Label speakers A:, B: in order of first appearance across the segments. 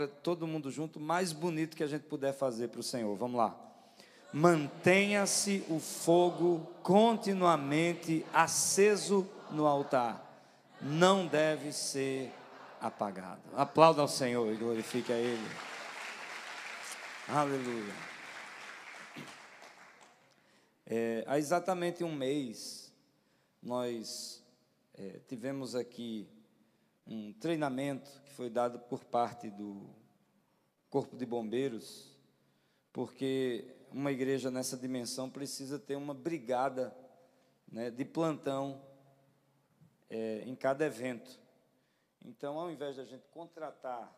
A: todo mundo junto, mais bonito que a gente puder fazer para o Senhor. Vamos lá. Mantenha-se o fogo continuamente aceso no altar. Não deve ser apagado. Aplauda ao Senhor e glorifique a Ele. Aleluia. Há exatamente um mês, nós tivemos aqui um treinamento que foi dado por parte do Corpo de Bombeiros, porque uma igreja nessa dimensão precisa ter uma brigada, né, de plantão em cada evento. Então, ao invés de a gente contratar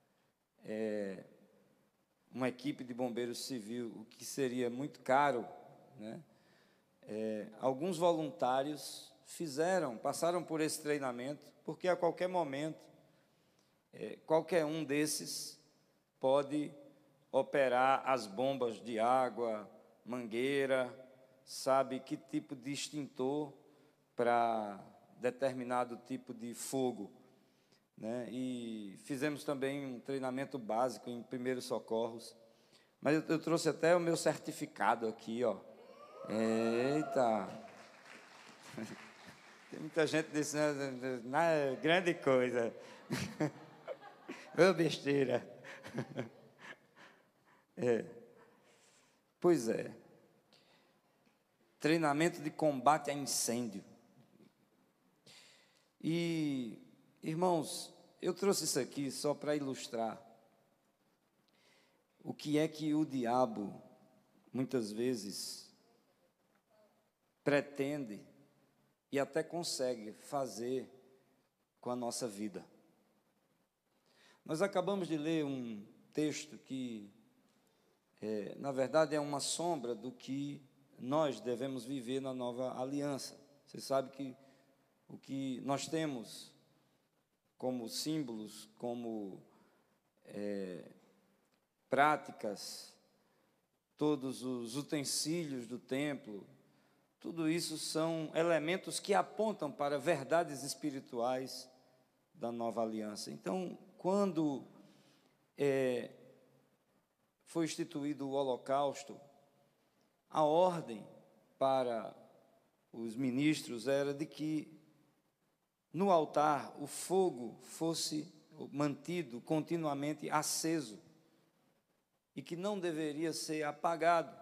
A: uma equipe de bombeiros civil, o que seria muito caro, né, alguns voluntários passaram por esse treinamento, porque a qualquer momento, qualquer um desses pode operar as bombas de água, mangueira, sabe que tipo de extintor para determinado tipo de fogo, né? E fizemos também um treinamento básico em primeiros socorros, mas eu trouxe até o meu certificado aqui, ó. Eita! Tem muita gente dizendo, não é grande coisa. Ô besteira. Pois é. Treinamento de combate a incêndio. E, irmãos, eu trouxe isso aqui só para ilustrar o que é que o diabo, muitas vezes, pretende e até consegue fazer com a nossa vida. Nós acabamos de ler um texto que, na verdade, é uma sombra do que nós devemos viver na nova aliança. Você sabe que o que nós temos como símbolos, como práticas, todos os utensílios do templo, tudo isso são elementos que apontam para verdades espirituais da nova aliança. Então, quando foi instituído o holocausto, a ordem para os ministros era de que no altar o fogo fosse mantido continuamente aceso e que não deveria ser apagado.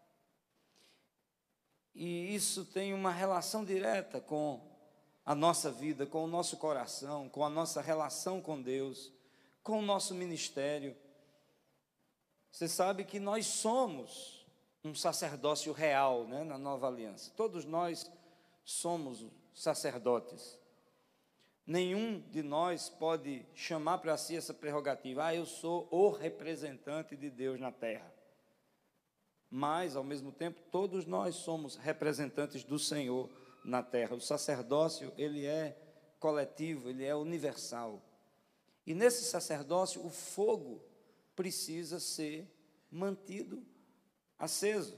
A: E isso tem uma relação direta com a nossa vida, com o nosso coração, com a nossa relação com Deus, com o nosso ministério. Você sabe que nós somos um sacerdócio real, né, na nova aliança. Todos nós somos sacerdotes. Nenhum de nós pode chamar para si essa prerrogativa. Eu sou o representante de Deus na terra. Mas, ao mesmo tempo, todos nós somos representantes do Senhor na terra. O sacerdócio, ele é coletivo, ele é universal. E nesse sacerdócio, o fogo precisa ser mantido aceso.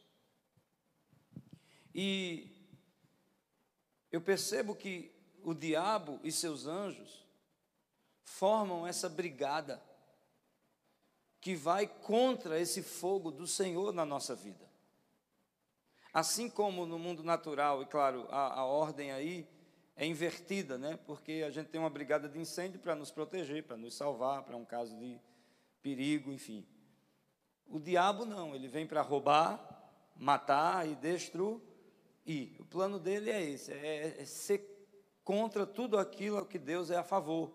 A: E eu percebo que o diabo e seus anjos formam essa brigada que vai contra esse fogo do Senhor na nossa vida. Assim como no mundo natural, e claro, a ordem aí é invertida, né? Porque a gente tem uma brigada de incêndio para nos proteger, para nos salvar, para um caso de perigo, enfim. O diabo não, ele vem para roubar, matar e destruir. O plano dele é esse, é ser contra tudo aquilo que Deus é a favor.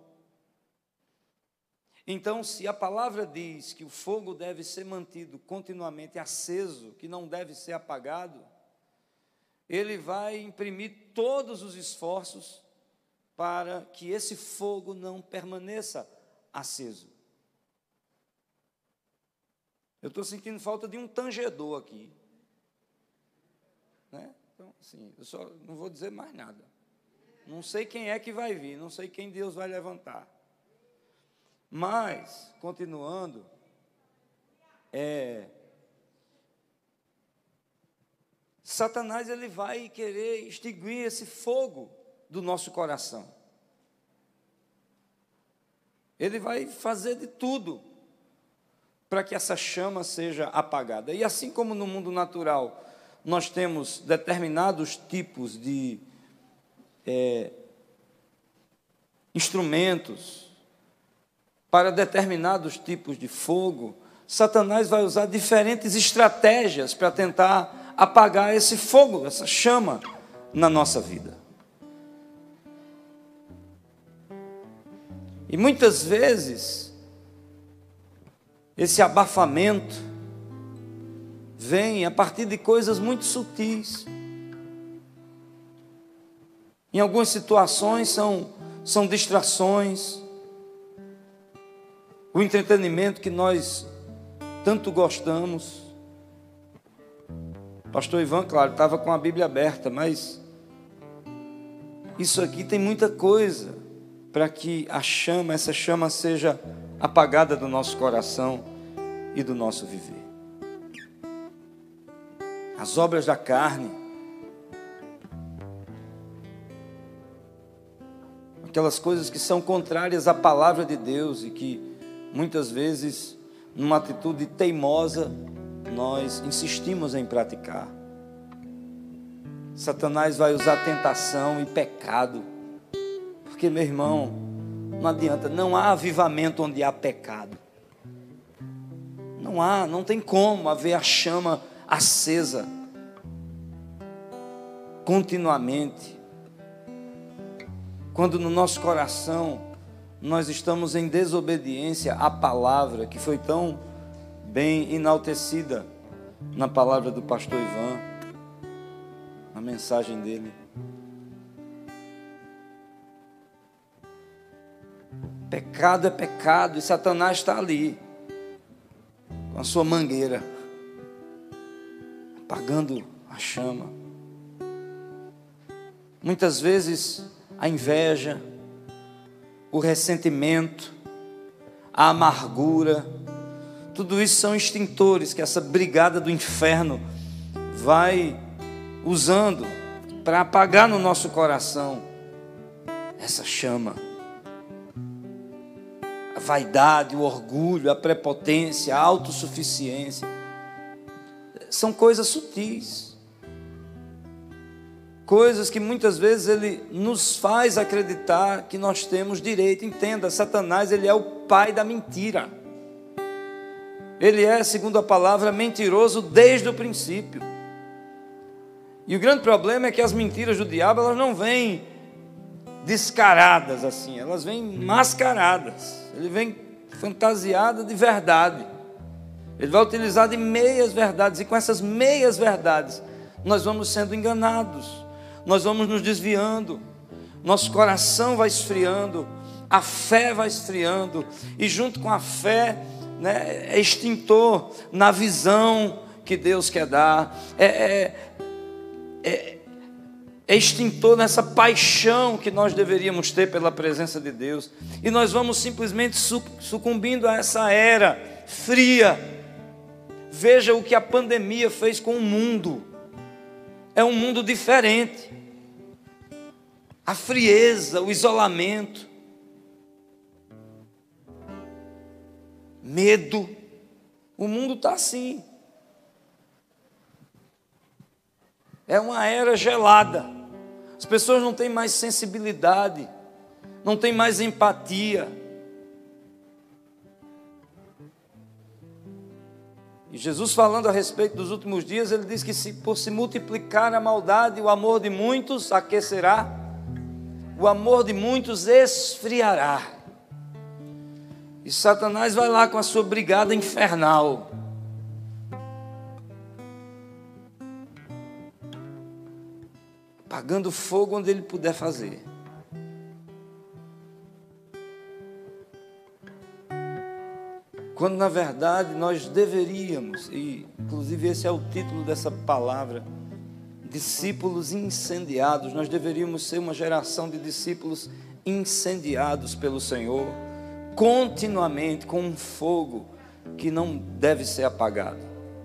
A: Então, se a palavra diz que o fogo deve ser mantido continuamente aceso, que não deve ser apagado, ele vai imprimir todos os esforços para que esse fogo não permaneça aceso. Eu estou sentindo falta de um tangedor aqui, né? Então, assim, eu só não vou dizer mais nada. Não sei quem é que vai vir, não sei quem Deus vai levantar. Mas, continuando, Satanás ele vai querer extinguir esse fogo do nosso coração. Ele vai fazer de tudo para que essa chama seja apagada. E assim como no mundo natural nós temos determinados tipos de instrumentos para determinados tipos de fogo, Satanás vai usar diferentes estratégias para tentar apagar esse fogo, essa chama na nossa vida. E muitas vezes, esse abafamento vem a partir de coisas muito sutis. Em algumas situações são distrações, o entretenimento que nós tanto gostamos. Pastor Ivan, claro, estava com a Bíblia aberta, mas isso aqui tem muita coisa para que essa chama seja apagada do nosso coração e do nosso viver. As obras da carne, aquelas coisas que são contrárias à palavra de Deus e que muitas vezes, numa atitude teimosa, nós insistimos em praticar. Satanás vai usar tentação e pecado, porque, meu irmão, não adianta, não há avivamento onde há pecado. Não tem como haver a chama acesa continuamente, quando no nosso coração nós estamos em desobediência à palavra que foi tão bem enaltecida na palavra do pastor Ivan, na mensagem dele. Pecado é pecado, e Satanás está ali com a sua mangueira apagando a chama. Muitas vezes a inveja, o ressentimento, a amargura, tudo isso são extintores que essa brigada do inferno vai usando para apagar no nosso coração essa chama. A vaidade, o orgulho, a prepotência, a autossuficiência, são coisas sutis, coisas que muitas vezes ele nos faz acreditar que nós temos direito. Entenda, Satanás, ele é o pai da mentira. Ele é, segundo a palavra, mentiroso desde o princípio. E o grande problema é que as mentiras do diabo, elas não vêm descaradas assim, elas vêm mascaradas. Ele vem fantasiado de verdade. Ele vai utilizar de meias verdades, e com essas meias verdades nós vamos sendo enganados, nós vamos nos desviando, nosso coração vai esfriando, a fé vai esfriando, e junto com a fé, é extintor na visão que Deus quer dar, é extintor nessa paixão que nós deveríamos ter pela presença de Deus, e nós vamos simplesmente sucumbindo a essa era fria. Veja o que a pandemia fez com o mundo. É um mundo diferente. A frieza, o isolamento, medo. O mundo está assim. É uma era gelada. As pessoas não têm mais sensibilidade, não têm mais empatia. E Jesus, falando a respeito dos últimos dias, ele diz que por se multiplicar a maldade, o amor de muitos aquecerá, o amor de muitos esfriará. E Satanás vai lá com a sua brigada infernal, apagando fogo onde ele puder fazer. Quando na verdade nós deveríamos, e inclusive esse é o título dessa palavra, discípulos incendiados. Nós deveríamos ser uma geração de discípulos incendiados pelo Senhor, continuamente com um fogo que não deve ser apagado.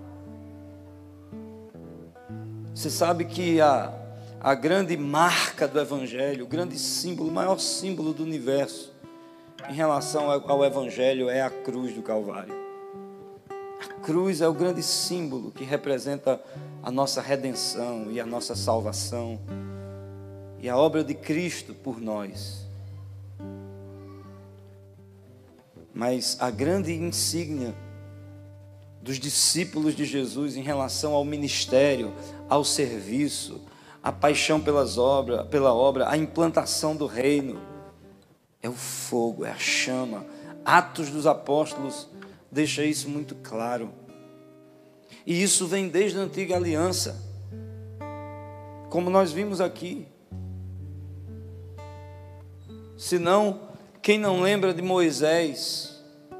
A: Você sabe que a grande marca do Evangelho, o grande símbolo, o maior símbolo do universo, em relação ao Evangelho é a cruz do Calvário. A cruz é o grande símbolo que representa a nossa redenção e a nossa salvação e a obra de Cristo por nós. Mas a grande insígnia dos discípulos de Jesus em relação ao ministério, ao serviço, à paixão pela obra, a implantação do reino, é o fogo, é a chama. Atos dos Apóstolos deixa isso muito claro. E isso vem desde a antiga aliança, como nós vimos aqui. Senão, quem não lembra de Moisés,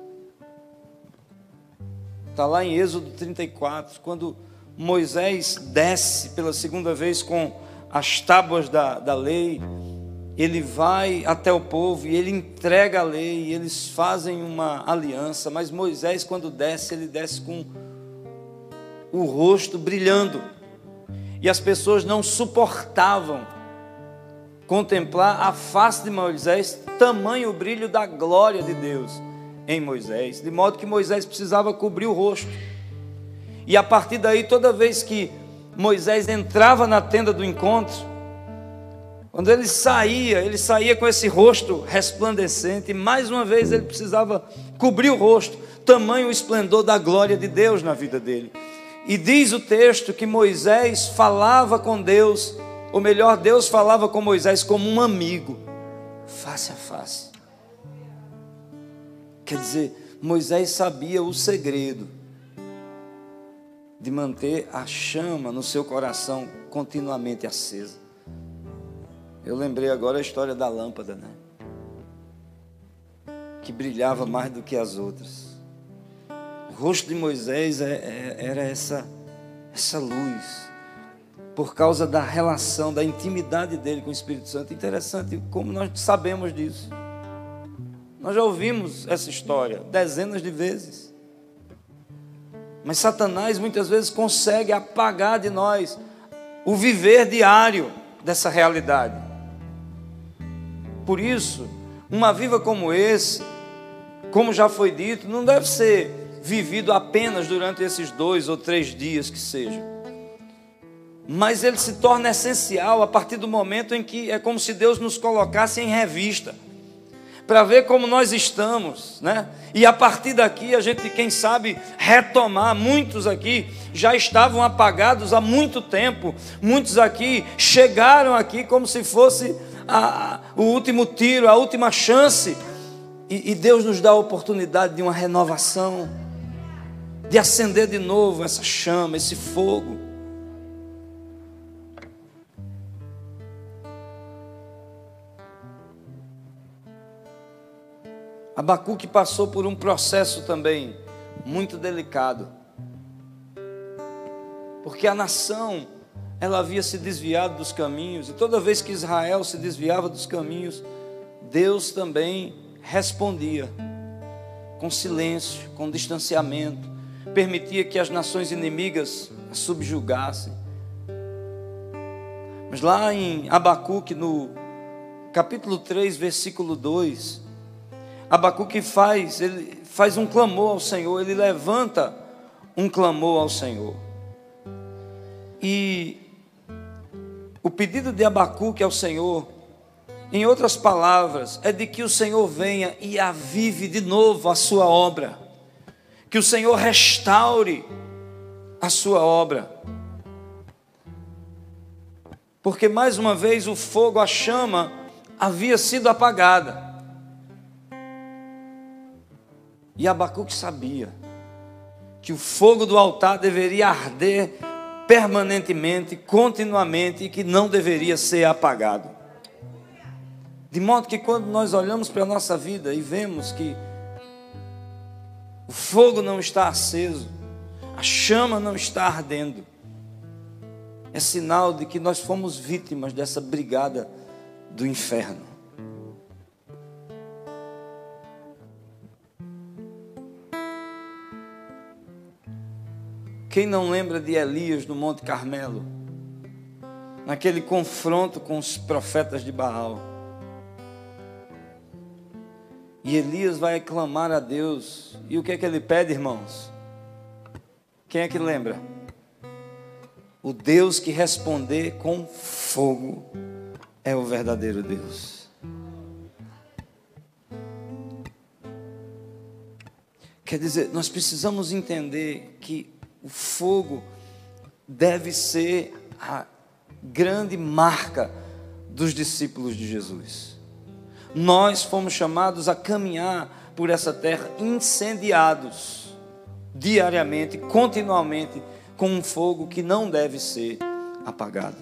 A: está lá em Êxodo 34, quando Moisés desce pela segunda vez com as tábuas da lei, ele vai até o povo e ele entrega a lei, e eles fazem uma aliança, mas Moisés, quando desce, ele desce com o rosto brilhando, e as pessoas não suportavam contemplar a face de Moisés, tamanho o brilho da glória de Deus em Moisés, de modo que Moisés precisava cobrir o rosto. E a partir daí, toda vez que Moisés entrava na tenda do encontro, quando ele saía com esse rosto resplandecente, e mais uma vez ele precisava cobrir o rosto, tamanho o esplendor da glória de Deus na vida dele. E diz o texto que Moisés falava com Deus, ou melhor, Deus falava com Moisés como um amigo, face a face. Quer dizer, Moisés sabia o segredo de manter a chama no seu coração continuamente acesa. Eu lembrei agora a história da lâmpada, né? Que brilhava mais do que as outras. O rosto de Moisés era essa luz, por causa da relação, da intimidade dele com o Espírito Santo. Interessante como nós sabemos disso. Nós já ouvimos essa história dezenas de vezes. Mas Satanás muitas vezes consegue apagar de nós o viver diário dessa realidade. Por isso, uma vida como esse, como já foi dito, não deve ser vivido apenas durante esses 2 ou 3 dias que sejam. Mas ele se torna essencial a partir do momento em que é como se Deus nos colocasse em revista, para ver como nós estamos, né? E a partir daqui a gente, quem sabe, retomar. Muitos aqui já estavam apagados há muito tempo. Muitos aqui chegaram aqui como se fosse o último tiro, a última chance. E Deus nos dá a oportunidade de uma renovação, de acender de novo essa chama, esse fogo. Abacuque passou por um processo também muito delicado, porque a nação, ela havia se desviado dos caminhos, e toda vez que Israel se desviava dos caminhos, Deus também respondia com silêncio, com distanciamento, permitia que as nações inimigas a subjugassem. Mas lá em Abacuque, no capítulo 3, versículo 2, Abacuque faz um clamor ao Senhor, ele levanta um clamor ao Senhor. E o pedido de Abacuque ao Senhor, em outras palavras, é de que o Senhor venha e avive de novo a sua obra, que o Senhor restaure a sua obra, porque mais uma vez o fogo, a chama, havia sido apagada. E Abacuque sabia que o fogo do altar deveria arder permanentemente, continuamente, e que não deveria ser apagado. De modo que quando nós olhamos para a nossa vida e vemos que o fogo não está aceso, a chama não está ardendo, é sinal de que nós fomos vítimas dessa brigada do inferno. Quem não lembra de Elias no Monte Carmelo, naquele confronto com os profetas de Baal? E Elias vai clamar a Deus. E o que é que ele pede, irmãos? Quem é que lembra? O Deus que responder com fogo é o verdadeiro Deus. Quer dizer, nós precisamos entender que o fogo deve ser a grande marca dos discípulos de Jesus. Nós fomos chamados a caminhar por essa terra incendiados, diariamente, continuamente, com um fogo que não deve ser apagado.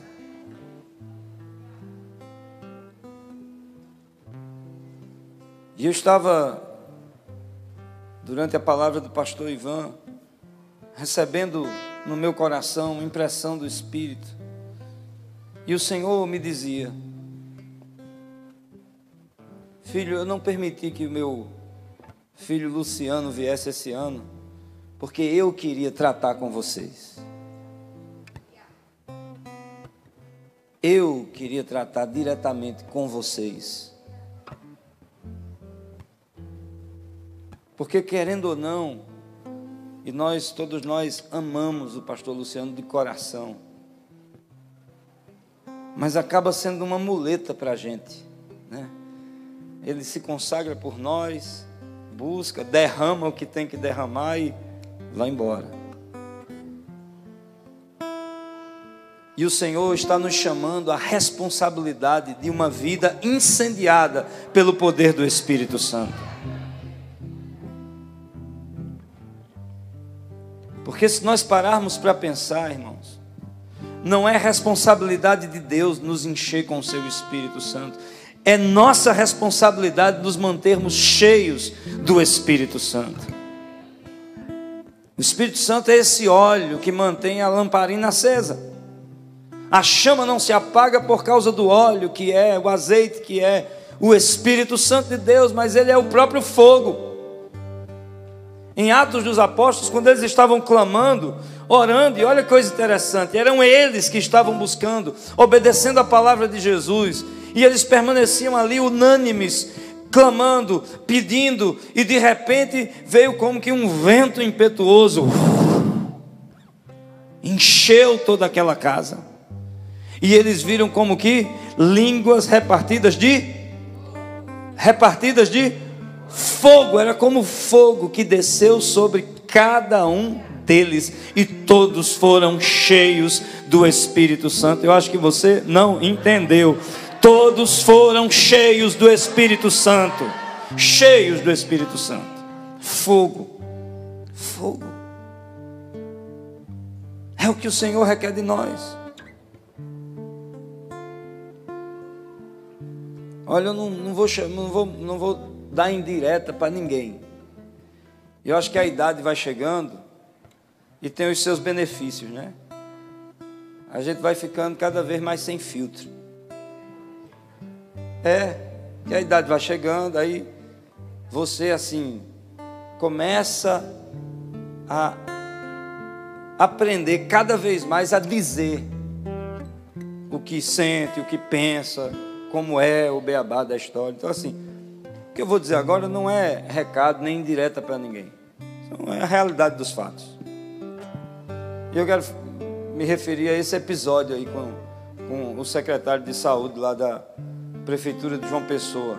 A: E eu estava, durante a palavra do pastor Ivan, recebendo no meu coração impressão do Espírito, e o Senhor me dizia: filho, eu não permiti que o meu filho Luciano viesse esse ano, porque eu queria tratar com vocês. Eu queria tratar diretamente com vocês. Porque, querendo ou não, e todos nós amamos o pastor Luciano de coração, mas acaba sendo uma muleta para a gente, né? Ele se consagra por nós, busca, derrama o que tem que derramar e vai embora. E o Senhor está nos chamando à responsabilidade de uma vida incendiada pelo poder do Espírito Santo. Porque se nós pararmos para pensar, irmãos, não é responsabilidade de Deus nos encher com o seu Espírito Santo. É nossa responsabilidade nos mantermos cheios do Espírito Santo. O Espírito Santo é esse óleo que mantém a lamparina acesa. A chama não se apaga por causa do óleo, que é o azeite, que é o Espírito Santo de Deus, mas ele é o próprio fogo. Em Atos dos Apóstolos, quando eles estavam clamando, orando, e olha que coisa interessante, eram eles que estavam buscando, obedecendo a palavra de Jesus, e eles permaneciam ali unânimes, clamando, pedindo, e de repente veio como que um vento impetuoso, encheu toda aquela casa, e eles viram como que línguas repartidas de fogo, era como fogo que desceu sobre cada um deles, e todos foram cheios do Espírito Santo. Eu acho que você não entendeu. Todos foram cheios do Espírito Santo, cheios do Espírito Santo. Fogo, fogo. É o que o Senhor requer de nós. Olha, eu não vou dar indireta para ninguém. Eu acho que a idade vai chegando e tem os seus benefícios, né? A gente vai ficando cada vez mais sem filtro. Que a idade vai chegando, aí você assim começa a aprender cada vez mais a dizer o que sente, o que pensa, como é o beabá da história. Então assim, o que eu vou dizer agora não é recado nem indireta para ninguém. Então, é a realidade dos fatos. E eu quero me referir a esse episódio aí com o secretário de saúde lá da prefeitura de João Pessoa.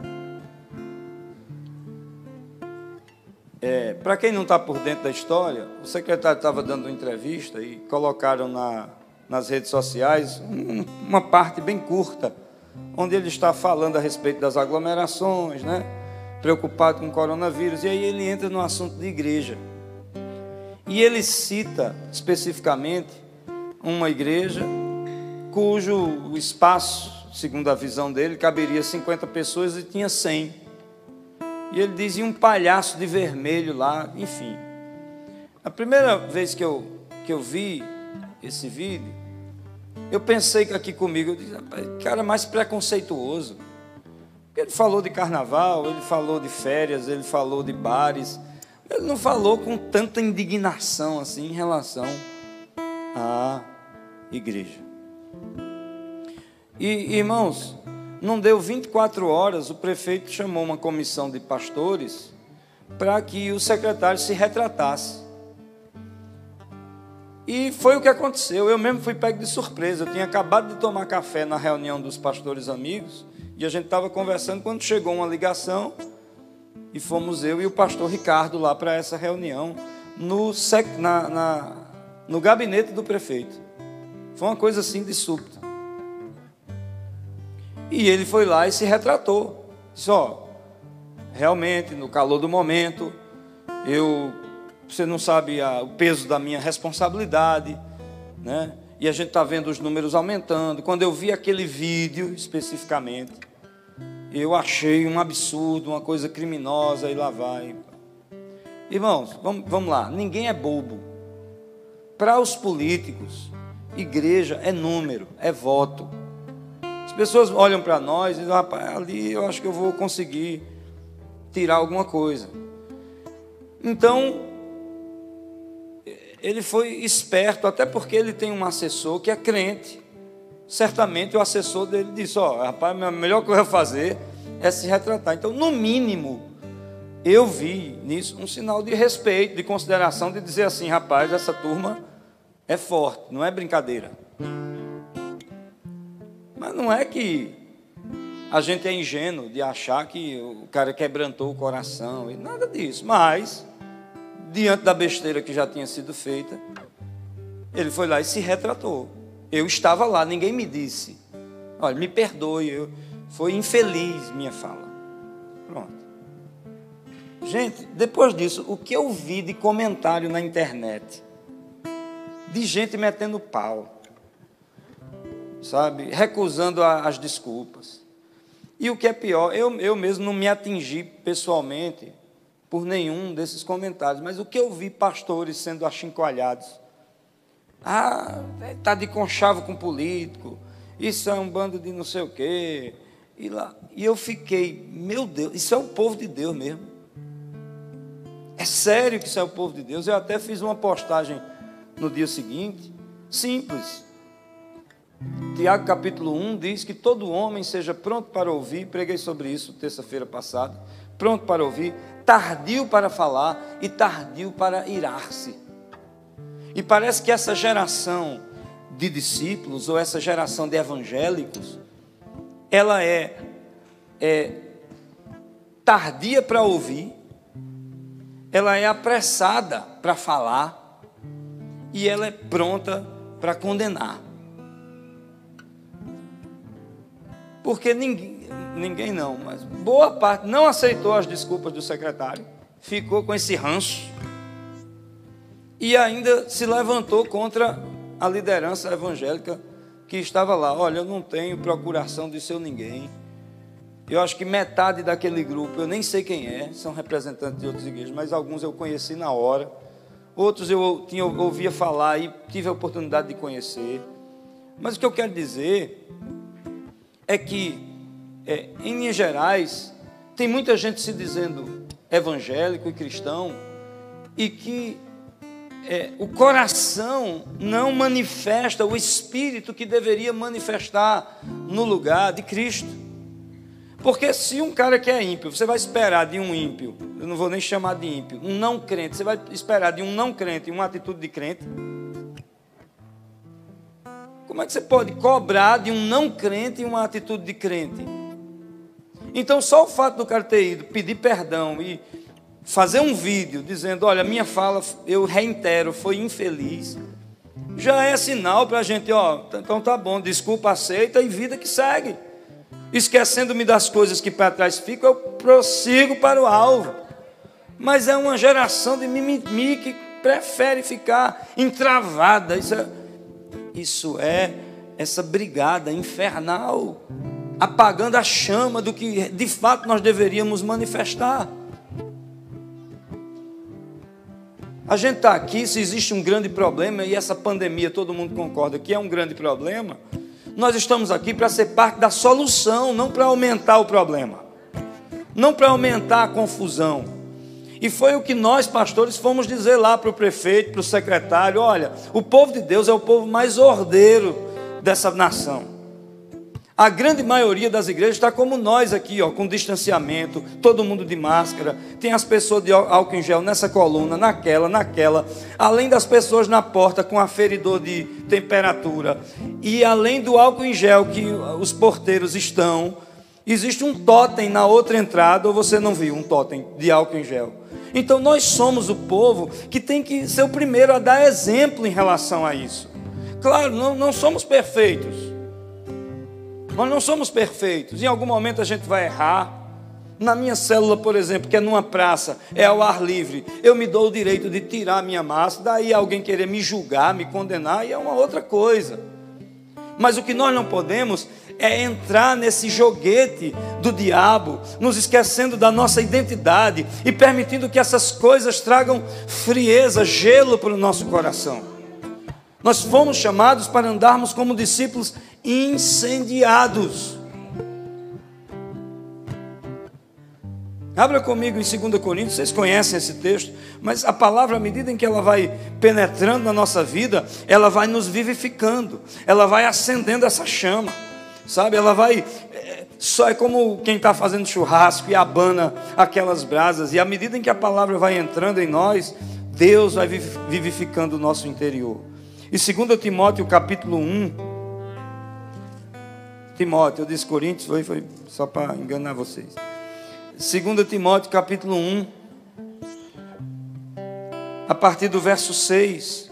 A: Para quem não está por dentro da história, o secretário estava dando uma entrevista e colocaram nas redes sociais uma parte bem curta, onde ele está falando a respeito das aglomerações, né? Preocupado com o coronavírus, e aí ele entra no assunto de igreja. E ele cita especificamente uma igreja cujo espaço, segundo a visão dele, caberia 50 pessoas e tinha 100. E ele dizia um palhaço de vermelho lá, enfim. A primeira vez que eu vi esse vídeo, eu pensei que aqui comigo, eu disse, rapaz, cara mais preconceituoso. Porque ele falou de carnaval, ele falou de férias, ele falou de bares. Ele não falou com tanta indignação assim em relação à igreja. E, irmãos, Não deu 24 horas, o prefeito chamou uma comissão de pastores para que o secretário se retratasse. E foi o que aconteceu. Eu mesmo fui pego de surpresa. Eu tinha acabado de tomar café na reunião dos pastores amigos e a gente estava conversando quando chegou uma ligação e fomos eu e o pastor Ricardo lá para essa reunião no gabinete do prefeito. Foi uma coisa assim de súbito. E ele foi lá e se retratou. Disse, realmente, no calor do momento, você não sabe o peso da minha responsabilidade, né? E a gente está vendo os números aumentando. Quando eu vi aquele vídeo, especificamente, eu achei um absurdo, uma coisa criminosa, e lá vai. Irmãos, vamos lá, ninguém é bobo. Para os políticos, igreja é número, é voto. As pessoas olham para nós e dizem, rapaz, ali eu acho que eu vou conseguir tirar alguma coisa. Então, ele foi esperto, até porque ele tem um assessor que é crente. Certamente o assessor dele disse, rapaz, a melhor coisa a fazer é se retratar. Então, no mínimo, eu vi nisso um sinal de respeito, de consideração, de dizer assim, rapaz, essa turma é forte, não é brincadeira. Mas não é que a gente é ingênuo de achar que o cara quebrantou o coração, e nada disso. Mas, diante da besteira que já tinha sido feita, ele foi lá e se retratou. Eu estava lá, ninguém me disse, olha, me perdoe, foi infeliz minha fala. Pronto. Gente, depois disso, o que eu vi de comentário na internet, de gente metendo pau, sabe, recusando as desculpas. E o que é pior, eu mesmo não me atingi pessoalmente por nenhum desses comentários, mas o que eu vi pastores sendo achincoalhados, está de conchavo com político, isso é um bando de não sei o quê, e eu fiquei, meu Deus, isso é o povo de Deus mesmo, é sério que isso é o povo de Deus? Eu até fiz uma postagem no dia seguinte, simples. Tiago capítulo 1 diz que todo homem seja pronto para ouvir, preguei sobre isso terça-feira passada, pronto para ouvir, tardio para falar e tardio para irar-se. E parece que essa geração de discípulos, ou essa geração de evangélicos, ela é tardia para ouvir, ela é apressada para falar e ela é pronta para condenar. Porque ninguém não, mas boa parte não aceitou as desculpas do secretário, ficou com esse ranço e ainda se levantou contra a liderança evangélica que estava lá. Olha, eu não tenho procuração de ser ninguém. Eu acho que metade daquele grupo, eu nem sei quem é, são representantes de outras igrejas, mas alguns eu conheci na hora, outros eu ouvia falar e tive a oportunidade de conhecer. Mas o que eu quero dizer é que, em Minas Gerais, tem muita gente se dizendo evangélico e cristão, e que o coração não manifesta o espírito que deveria manifestar no lugar de Cristo. Porque se um cara que é ímpio, você vai esperar de um ímpio, eu não vou nem chamar de ímpio, um não crente, você vai esperar de um não crente uma atitude de crente? Como é que você pode cobrar de um não crente uma atitude de crente? Então, só o fato do cara ter ido pedir perdão e fazer um vídeo dizendo, olha, minha fala, eu reitero, foi infeliz, já é sinal para a gente, então tá bom, desculpa, aceita e vida que segue. Esquecendo-me das coisas que para trás ficam, eu prossigo para o alvo. Mas é uma geração de mimimi que prefere ficar entravada. Isso é essa brigada infernal, apagando a chama do que de fato nós deveríamos manifestar. A gente está aqui, se existe um grande problema, e essa pandemia todo mundo concorda que é um grande problema, nós estamos aqui para ser parte da solução, não para aumentar o problema, não para aumentar a confusão. E foi o que nós, pastores, fomos dizer lá para o prefeito, para o secretário, olha, o povo de Deus é o povo mais ordeiro dessa nação. A grande maioria das igrejas está como nós aqui, ó, com distanciamento, todo mundo de máscara, tem as pessoas de álcool em gel nessa coluna, naquela, além das pessoas na porta com aferidor de temperatura, e além do álcool em gel que os porteiros estão, existe um totem na outra entrada, ou você não viu um totem de álcool em gel? Então nós somos o povo que tem que ser o primeiro a dar exemplo em relação a isso. Claro, não somos perfeitos. Nós não somos perfeitos. Em algum momento a gente vai errar. Na minha célula, por exemplo, que é numa praça, é ao ar livre, eu me dou o direito de tirar a minha máscara, daí alguém querer me julgar, me condenar, e é uma outra coisa. Mas o que nós não podemos é entrar nesse joguete do diabo, nos esquecendo da nossa identidade e permitindo que essas coisas tragam frieza, gelo para o nosso coração. Nós fomos chamados para andarmos como discípulos incendiados. Abra comigo em 2 Coríntios, vocês conhecem esse texto, mas a palavra, à medida em que ela vai penetrando na nossa vida, ela vai nos vivificando, ela vai acendendo essa chama, sabe? Ela vai, só é como quem está fazendo churrasco e abana aquelas brasas, e à medida em que a palavra vai entrando em nós, Deus vai vivificando o nosso interior. E 2 Timóteo capítulo 1, Timóteo, eu disse Coríntios, foi só para enganar vocês. 2 Timóteo capítulo 1, a partir do verso 6.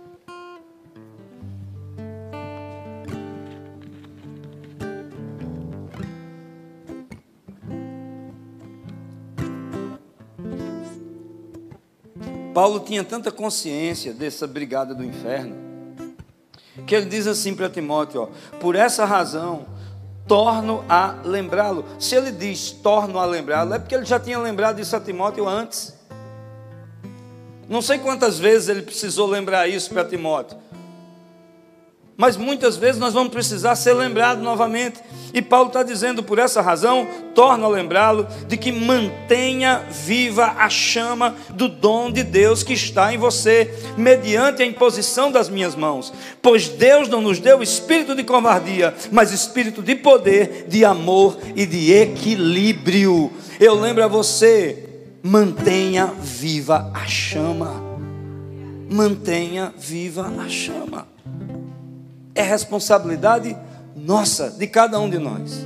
A: Paulo tinha tanta consciência dessa brigada do inferno, que ele diz assim para Timóteo, ó, por essa razão, torno a lembrá-lo. Se ele diz, torno a lembrá-lo, é porque ele já tinha lembrado isso a Timóteo antes. Não sei quantas vezes ele precisou lembrar isso para Timóteo, mas muitas vezes nós vamos precisar ser lembrados novamente. E Paulo está dizendo, por essa razão, torno a lembrá-lo de que mantenha viva a chama do dom de Deus que está em você, mediante a imposição das minhas mãos. Pois Deus não nos deu espírito de covardia, mas espírito de poder, de amor e de equilíbrio. Eu lembro a você, mantenha viva a chama. Mantenha viva a chama. É responsabilidade nossa, de cada um de nós.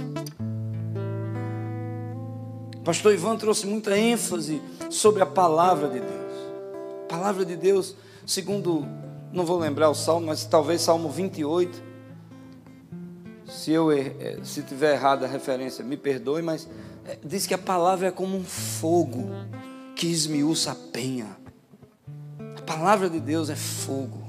A: O pastor Ivan trouxe muita ênfase sobre a palavra de Deus. A palavra de Deus, segundo, não vou lembrar o salmo, mas talvez Salmo 28. Se tiver errado a referência, me perdoe, mas diz que a palavra é como um fogo que esmiuça a penha. A palavra de Deus é fogo.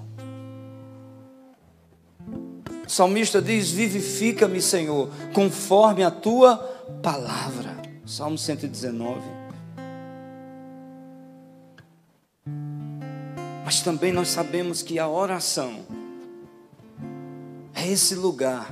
A: O salmista diz, vivifica-me, Senhor, conforme a tua palavra. Salmo 119. Mas também nós sabemos que a oração é esse lugar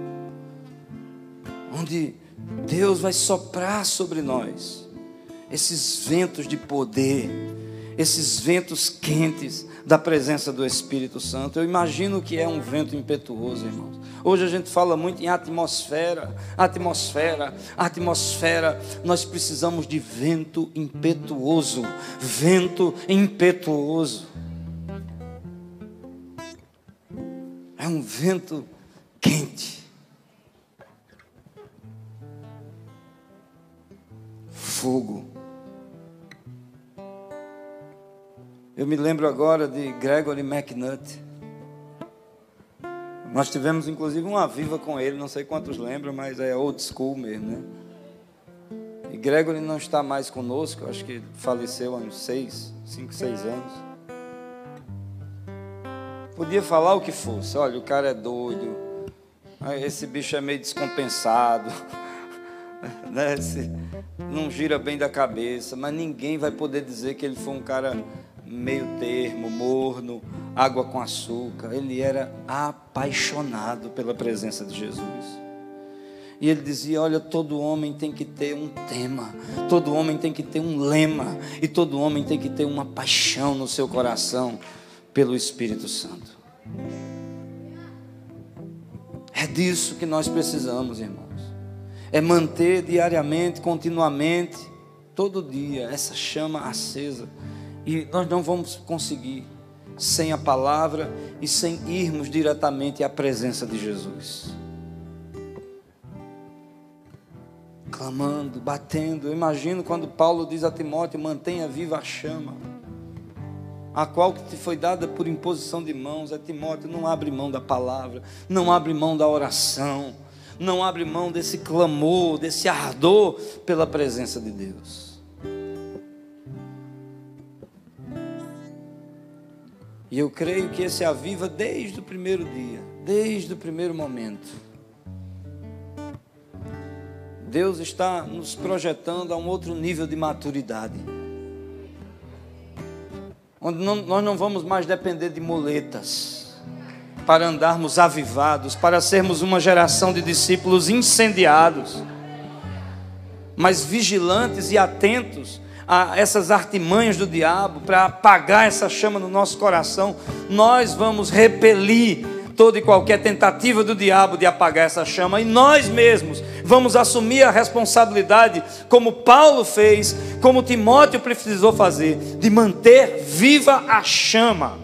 A: onde Deus vai soprar sobre nós esses ventos de poder, esses ventos quentes da presença do Espírito Santo. Eu imagino que é um vento impetuoso, irmãos. Hoje a gente fala muito em atmosfera. Nós precisamos de vento impetuoso. Vento impetuoso. É um vento quente. Fogo. Eu me lembro agora de Gregory McNutt. Nós tivemos inclusive uma viva com ele, não sei quantos lembram, mas é old school mesmo, né? E Gregory não está mais conosco, acho que faleceu há uns 5, 6 anos. Podia falar o que fosse, olha, o cara é doido, esse bicho é meio descompensado, né? Não gira bem da cabeça, mas ninguém vai poder dizer que ele foi um cara meio termo, morno, água com açúcar. Ele era apaixonado pela presença de Jesus. E ele dizia, olha, todo homem tem que ter um tema, todo homem tem que ter um lema, e todo homem tem que ter uma paixão no seu coração pelo Espírito Santo. É É disso que nós precisamos, irmãos. É manter diariamente, continuamente, todo dia, essa chama acesa. E nós não vamos conseguir sem a palavra e sem irmos diretamente à presença de Jesus. Clamando, batendo. Eu imagino quando Paulo diz a Timóteo: mantenha viva a chama, a qual que te foi dada por imposição de mãos. É, Timóteo, não abre mão da palavra, não abre mão da oração, não abre mão desse clamor, desse ardor pela presença de Deus. E eu creio que esse aviva desde o primeiro dia, desde o primeiro momento. Deus está nos projetando a um outro nível de maturidade, onde nós não vamos mais depender de muletas para andarmos avivados, para sermos uma geração de discípulos incendiados, mas vigilantes e atentos a essas artimanhas do diabo para apagar essa chama no nosso coração. Nós vamos repelir toda e qualquer tentativa do diabo de apagar essa chama, e nós mesmos vamos assumir a responsabilidade, como Paulo fez, como Timóteo precisou fazer, de manter viva a chama.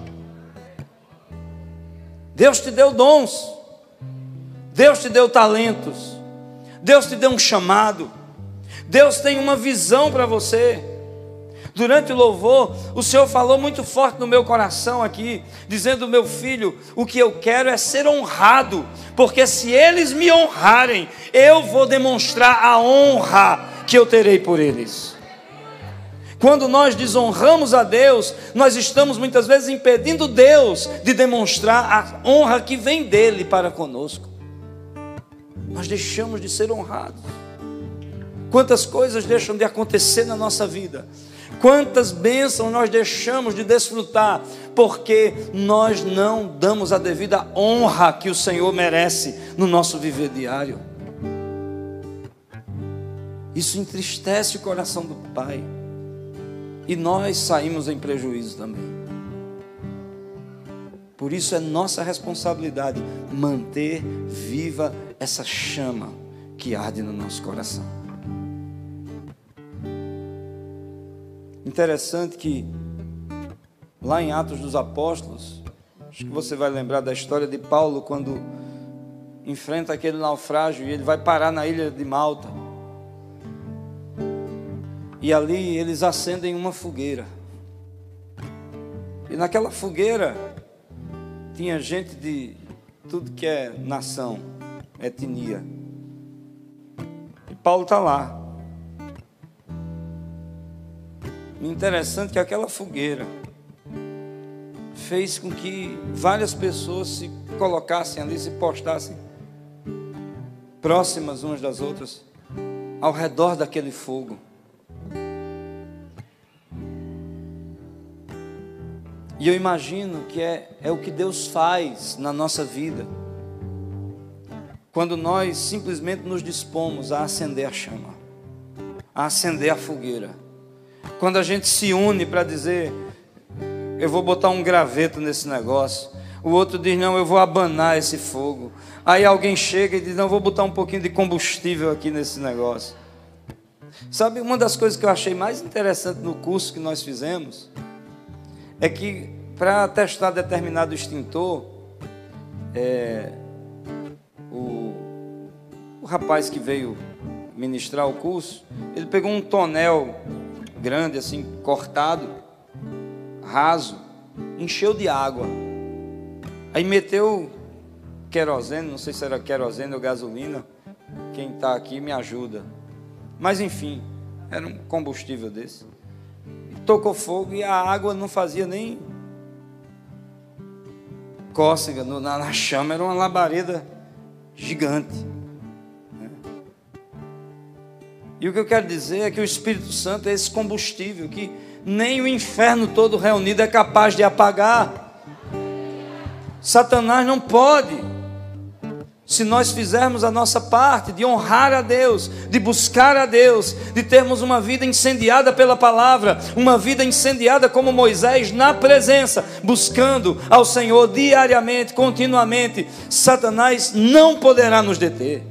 A: Deus te deu dons, Deus te deu talentos, Deus te deu um chamado, Deus tem uma visão para você. Durante o louvor, o Senhor falou muito forte no meu coração aqui, dizendo: meu filho, o que eu quero é ser honrado, porque se eles me honrarem, eu vou demonstrar a honra que eu terei por eles. Quando nós desonramos a Deus, nós estamos muitas vezes impedindo Deus de demonstrar a honra que vem dele para conosco. Nós deixamos de ser honrados. Quantas coisas deixam de acontecer na nossa vida, quantas bênçãos nós deixamos de desfrutar, porque nós não damos a devida honra que o Senhor merece no nosso viver diário. Isso entristece o coração do Pai, e nós saímos em prejuízo também. Por isso é nossa responsabilidade manter viva essa chama que arde no nosso coração. Interessante que lá em Atos dos Apóstolos, acho que você vai lembrar da história de Paulo quando enfrenta aquele naufrágio e ele vai parar na ilha de Malta. E ali eles acendem uma fogueira. E naquela fogueira tinha gente de tudo que é nação, etnia. E Paulo está lá. Interessante que aquela fogueira fez com que várias pessoas se colocassem ali, se postassem próximas umas das outras, ao redor daquele fogo. E eu imagino que é o que Deus faz na nossa vida, quando nós simplesmente nos dispomos a acender a chama, a acender a fogueira. Quando a gente se une para dizer: eu vou botar um graveto nesse negócio. O outro diz: não, eu vou abanar esse fogo. Aí alguém chega e diz: não, vou botar um pouquinho de combustível aqui nesse negócio. Sabe, uma das coisas que eu achei mais interessante no curso que nós fizemos é que, para testar determinado extintor, o rapaz que veio ministrar o curso, ele pegou um tonel grande assim, cortado, raso, encheu de água, aí meteu querosene, não sei se era querosene ou gasolina, quem está aqui me ajuda, mas enfim, era um combustível desse, tocou fogo e a água não fazia nem cócega na chama, era uma labareda gigante. E o que eu quero dizer é que o Espírito Santo é esse combustível que nem o inferno todo reunido é capaz de apagar. Satanás não pode Se nós fizermos a nossa parte de honrar a Deus, de buscar a Deus, de termos uma vida incendiada pela palavra, uma vida incendiada como Moisés na presença, buscando ao Senhor diariamente, continuamente, Satanás não poderá nos deter.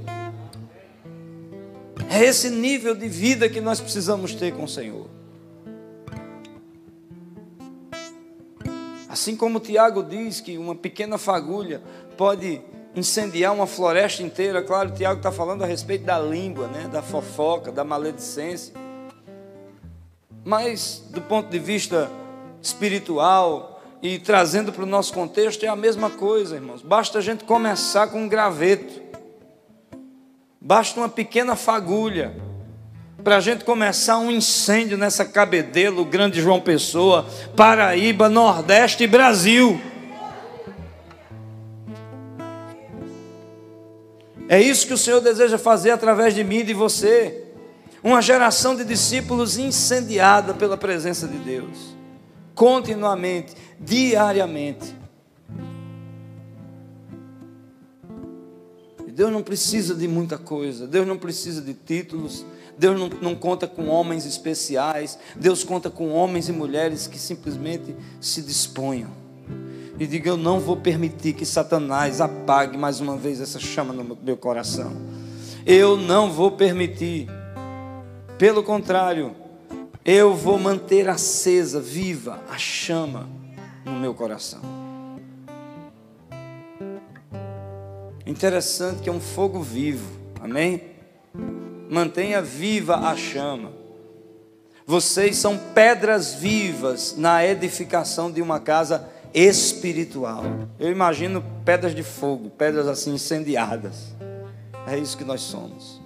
A: É esse nível de vida que nós precisamos ter com o Senhor. Assim como Tiago diz que uma pequena fagulha pode incendiar uma floresta inteira. Claro, Tiago está falando a respeito da língua, né? Da fofoca, da maledicência. Mas, do ponto de vista espiritual e trazendo para o nosso contexto, é a mesma coisa, irmãos. Basta a gente começar com um graveto. Basta uma pequena fagulha para a gente começar um incêndio nessa Cabedelo, Grande João Pessoa, Paraíba, Nordeste e Brasil. É isso que o Senhor deseja fazer através de mim e de você. Uma geração de discípulos incendiada pela presença de Deus. Continuamente, diariamente. E Deus não precisa de muita coisa. Deus não precisa de títulos. Deus não conta com homens especiais. Deus conta com homens e mulheres que simplesmente se disponham. E diga: eu não vou permitir que Satanás apague mais uma vez essa chama no meu coração. Eu não vou permitir. Pelo contrário, eu vou manter acesa, viva a chama no meu coração. Interessante que é um fogo vivo. Amém? Mantenha viva a chama. Vocês são pedras vivas na edificação de uma casa espiritual. Eu imagino pedras de fogo, pedras assim incendiadas. É isso que nós somos.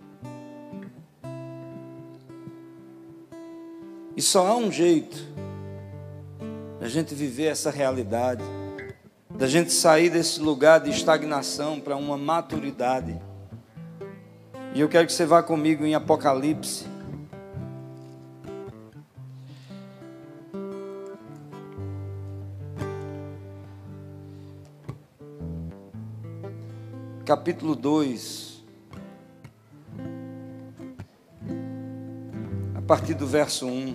A: E só há um jeito da gente viver essa realidade, da gente sair desse lugar de estagnação para uma maturidade. E eu quero que você vá comigo em Apocalipse. Capítulo 2. A partir do verso 1.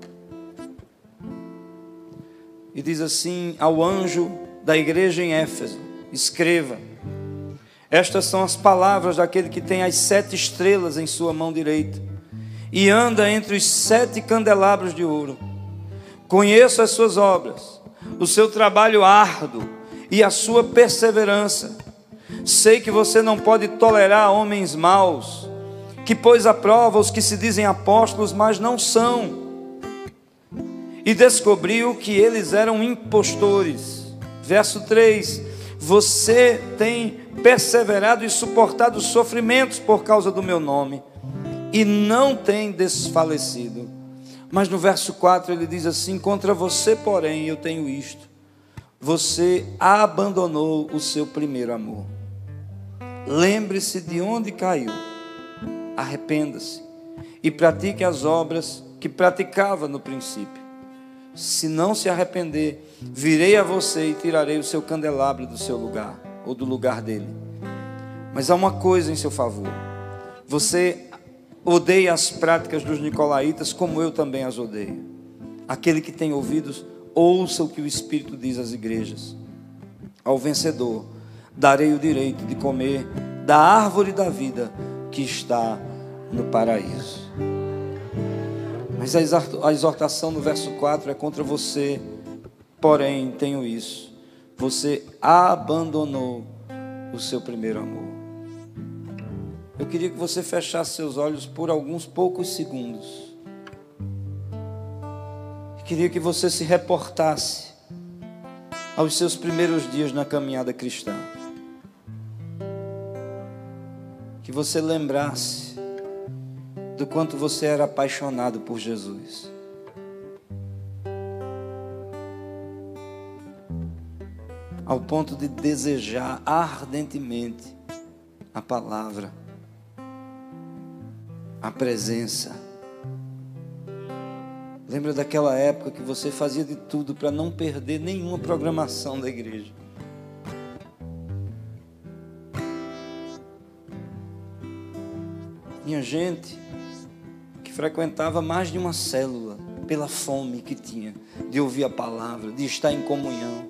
A: E diz assim: ao anjo da igreja em Éfeso, escreva: estas são as palavras daquele que tem as 7 estrelas em sua mão direita e anda entre os 7 candelabros de ouro. Conheço as suas obras, o seu trabalho árduo e a sua perseverança. Sei que você não pode tolerar homens maus, que pôs à prova os que se dizem apóstolos, mas não são. E descobriu que eles eram impostores. Verso 3: você tem perseverado e suportado sofrimentos por causa do meu nome, e não tem desfalecido. Mas no verso 4 ele diz assim: contra você, porém, eu tenho isto: você abandonou o seu primeiro amor. Lembre-se de onde caiu, arrependa-se e pratique as obras que praticava no princípio. Se não se arrepender, virei a você e tirarei o seu candelabro do seu lugar, ou do lugar dele. Mas há uma coisa em seu favor: você odeia as práticas dos nicolaítas, como eu também as odeio. Aquele que tem ouvidos, ouça o que o Espírito diz às igrejas. Ao vencedor darei o direito de comer da árvore da vida que está no paraíso. Mas a exortação no verso 4 é contra você. Porém, tenho isso: você abandonou o seu primeiro amor. Eu queria que você fechasse seus olhos por alguns poucos segundos. Eu queria que você se reportasse aos seus primeiros dias na caminhada cristã. Que você lembrasse do quanto você era apaixonado por Jesus. Ao ponto de desejar ardentemente a palavra, a presença. Lembra daquela época que você fazia de tudo para não perder nenhuma programação da igreja. Tinha gente que frequentava mais de uma célula pela fome que tinha de ouvir a palavra, de estar em comunhão.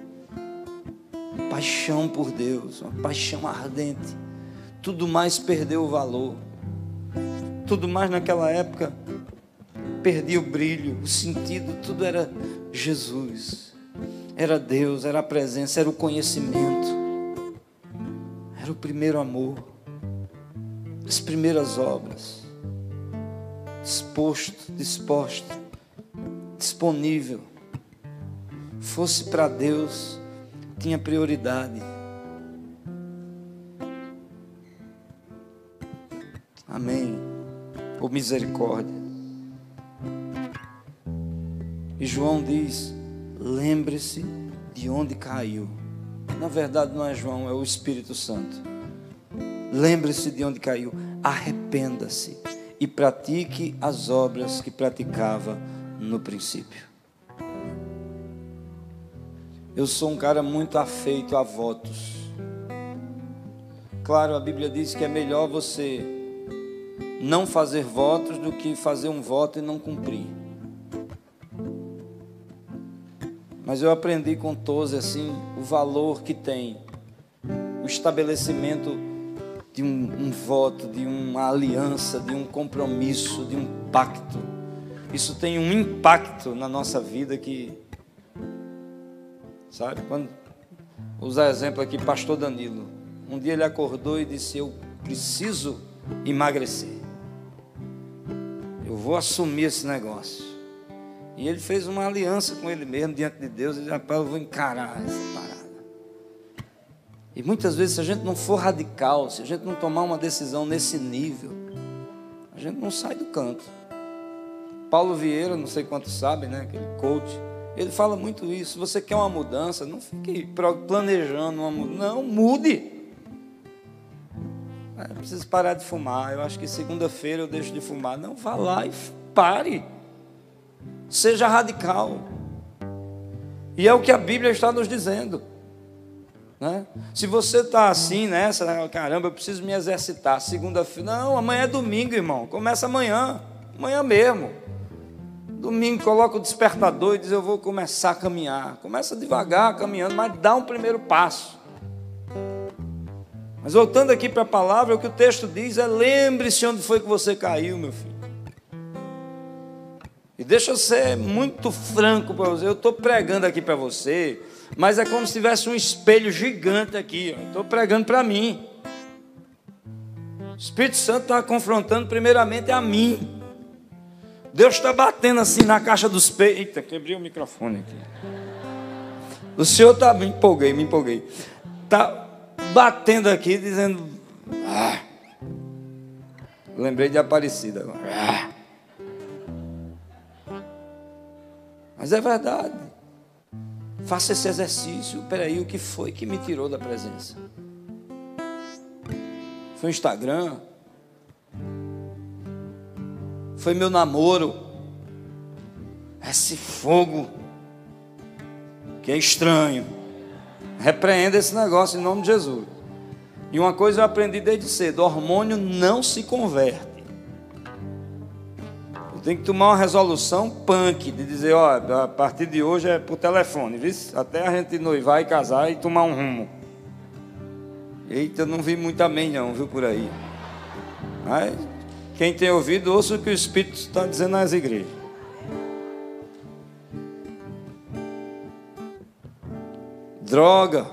A: Paixão por Deus, uma paixão ardente. Tudo mais perdeu o valor. Tudo mais naquela época perdia o brilho, o sentido, tudo era Jesus. Era Deus, era a presença, era o conhecimento. Era o primeiro amor. As primeiras obras. Disposto, disponível. Fosse para Deus, tinha prioridade. Amém. Por misericórdia. E João diz: lembre-se de onde caiu. Na verdade não é João, é o Espírito Santo. Lembre-se de onde caiu. Arrependa-se e pratique as obras que praticava no princípio. Eu sou um cara muito afeito a votos. Claro, a Bíblia diz que é melhor você não fazer votos do que fazer um voto e não cumprir. Mas eu aprendi com Toze assim o valor que tem o estabelecimento de um voto, de uma aliança, de um compromisso, de um pacto. Isso tem um impacto na nossa vida que, sabe, quando vou usar exemplo aqui, pastor Danilo, um dia ele acordou e disse: eu preciso emagrecer, eu vou assumir esse negócio. E ele fez uma aliança com ele mesmo diante de Deus. Ele disse: rapaz, eu vou encarar essa parada. E muitas vezes, se a gente não for radical, se a gente não tomar uma decisão nesse nível, a gente não sai do canto. Paulo Vieira, não sei quantos sabem, né, aquele coach, ele fala muito isso. Se você quer uma mudança, não fique planejando uma mudança. Não, mude. Eu preciso parar de fumar. Eu acho que segunda-feira eu deixo de fumar. Não, vá lá e pare. Seja radical. E é o que a Bíblia está nos dizendo, né? Se você está assim nessa, caramba, eu preciso me exercitar segunda-feira. Não, amanhã é domingo, irmão. Começa amanhã mesmo. Domingo coloca o despertador e diz: eu vou começar a caminhar. Começa devagar caminhando, mas dá um primeiro passo. Mas voltando aqui para a palavra, o que o texto diz é: lembre-se onde foi que você caiu, meu filho. E deixa eu ser muito franco para você. Eu estou pregando aqui para você, mas é como se tivesse um espelho gigante aqui. Estou pregando para mim. O Espírito Santo está confrontando primeiramente a mim. Deus está batendo assim na caixa dos peitos. Eita, quebrei o microfone aqui. O Senhor está... Me empolguei. Está batendo aqui, dizendo... Ah. Lembrei de Aparecida agora. Ah. Mas é verdade. Faça esse exercício. Peraí, o que foi que me tirou da presença? Foi o Instagram? Foi meu namoro? Esse fogo que é estranho. Repreenda esse negócio em nome de Jesus. E uma coisa eu aprendi desde cedo: hormônio não se converte. Tem que tomar uma resolução punk, de dizer: ó, a partir de hoje é por telefone, viu? Até a gente noivar e casar e tomar um rumo. Eita, eu não vi muito amém não, viu, por aí. Mas quem tem ouvido, ouça o que o Espírito está dizendo nas igrejas. Droga.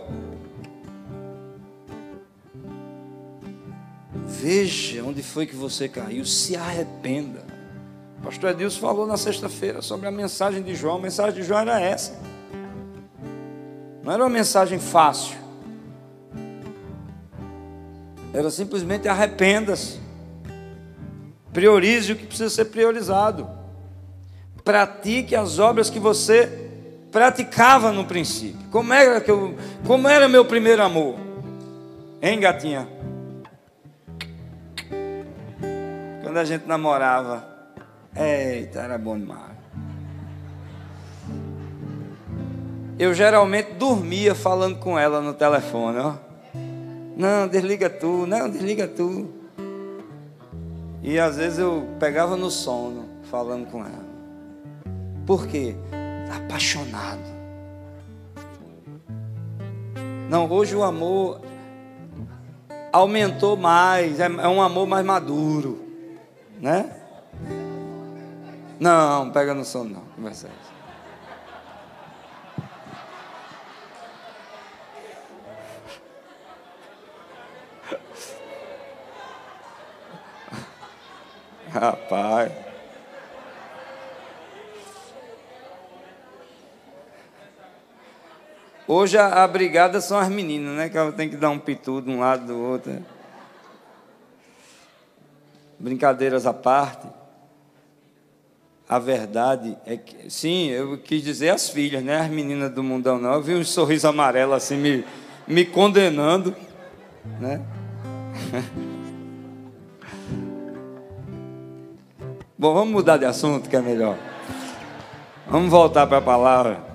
A: Veja onde foi que você caiu, se arrependa. O pastor Edilson falou na sexta-feira sobre a mensagem de João. A mensagem de João era essa. Não era uma mensagem fácil. Era simplesmente: arrependa-se. Priorize o que precisa ser priorizado. Pratique as obras que você praticava no princípio. Como era meu primeiro amor? Hein, gatinha? Quando a gente namorava, eita, era bom demais. Eu geralmente dormia falando com ela no telefone, ó. Não, desliga tu. E às vezes eu pegava no sono, falando com ela. Por quê? Apaixonado. Não, hoje o amor aumentou mais, é um amor mais maduro, né? Não, pega no sono não, conversa isso. Rapaz. Hoje a brigada são as meninas, né? Que ela tem que dar um pitu de um lado do outro. Né? Brincadeiras à parte. A verdade é que... Sim, eu quis dizer as filhas, né? As meninas do mundão não. Eu vi um sorriso amarelo assim, me condenando. Né? Bom, vamos mudar de assunto, que é melhor. Vamos voltar para a palavra.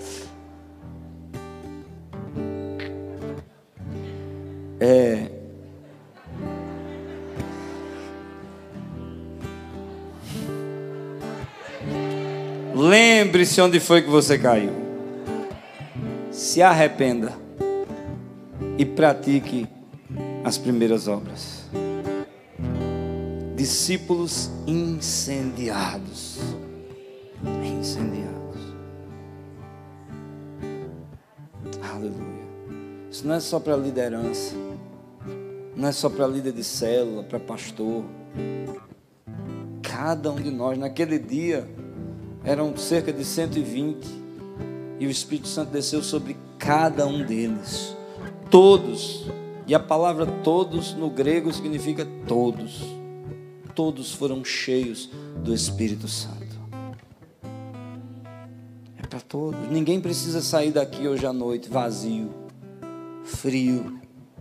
A: Lembre-se onde foi que você caiu. Se arrependa e pratique as primeiras obras. Discípulos incendiados. Incendiados. Aleluia. Isso não é só para liderança. Não é só para líder de célula, para pastor. Cada um de nós, naquele dia, eram cerca de 120. E o Espírito Santo desceu sobre cada um deles. Todos. E a palavra todos no grego significa todos. Todos foram cheios do Espírito Santo. É para todos. Ninguém precisa sair daqui hoje à noite vazio, frio.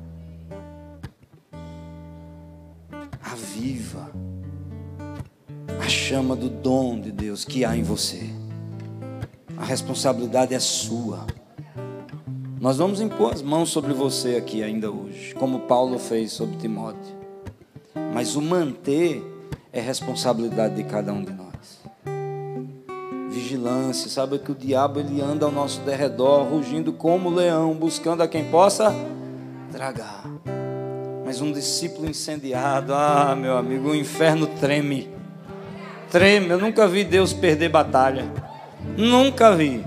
A: Aviva a chama do dom de Deus que há em você. A responsabilidade é sua. Nós vamos impor as mãos sobre você aqui ainda hoje, como Paulo fez sobre Timóteo. Mas o manter é responsabilidade de cada um de nós. Vigilância, sabe que o diabo ele anda ao nosso derredor, rugindo como leão, buscando a quem possa tragar. Mas um discípulo incendiado, meu amigo, o inferno treme. Treme, eu nunca vi Deus perder batalha. Nunca vi.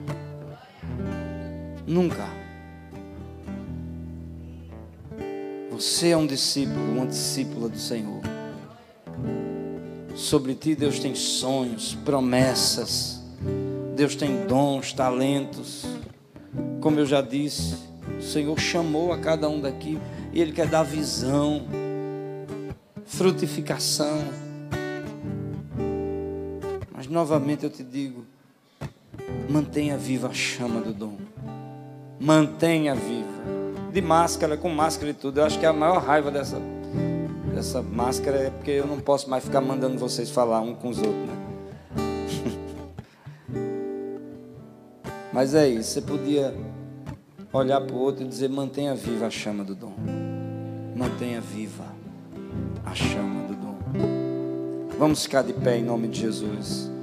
A: Nunca. Você é um discípulo, uma discípula do Senhor. Sobre ti Deus tem sonhos, promessas. Deus tem dons, talentos. Como eu já disse, o Senhor chamou a cada um daqui e Ele quer dar visão, frutificação. Mas novamente eu te digo, mantenha viva a chama do dom. Mantenha viva. De máscara, com máscara e tudo. Eu acho que a maior raiva dessa máscara é porque eu não posso mais ficar mandando vocês falar um com os outros, né? Mas é isso, você podia olhar para o outro e dizer: mantenha viva a chama do dom. Mantenha viva a chama do dom. Vamos ficar de pé em nome de Jesus.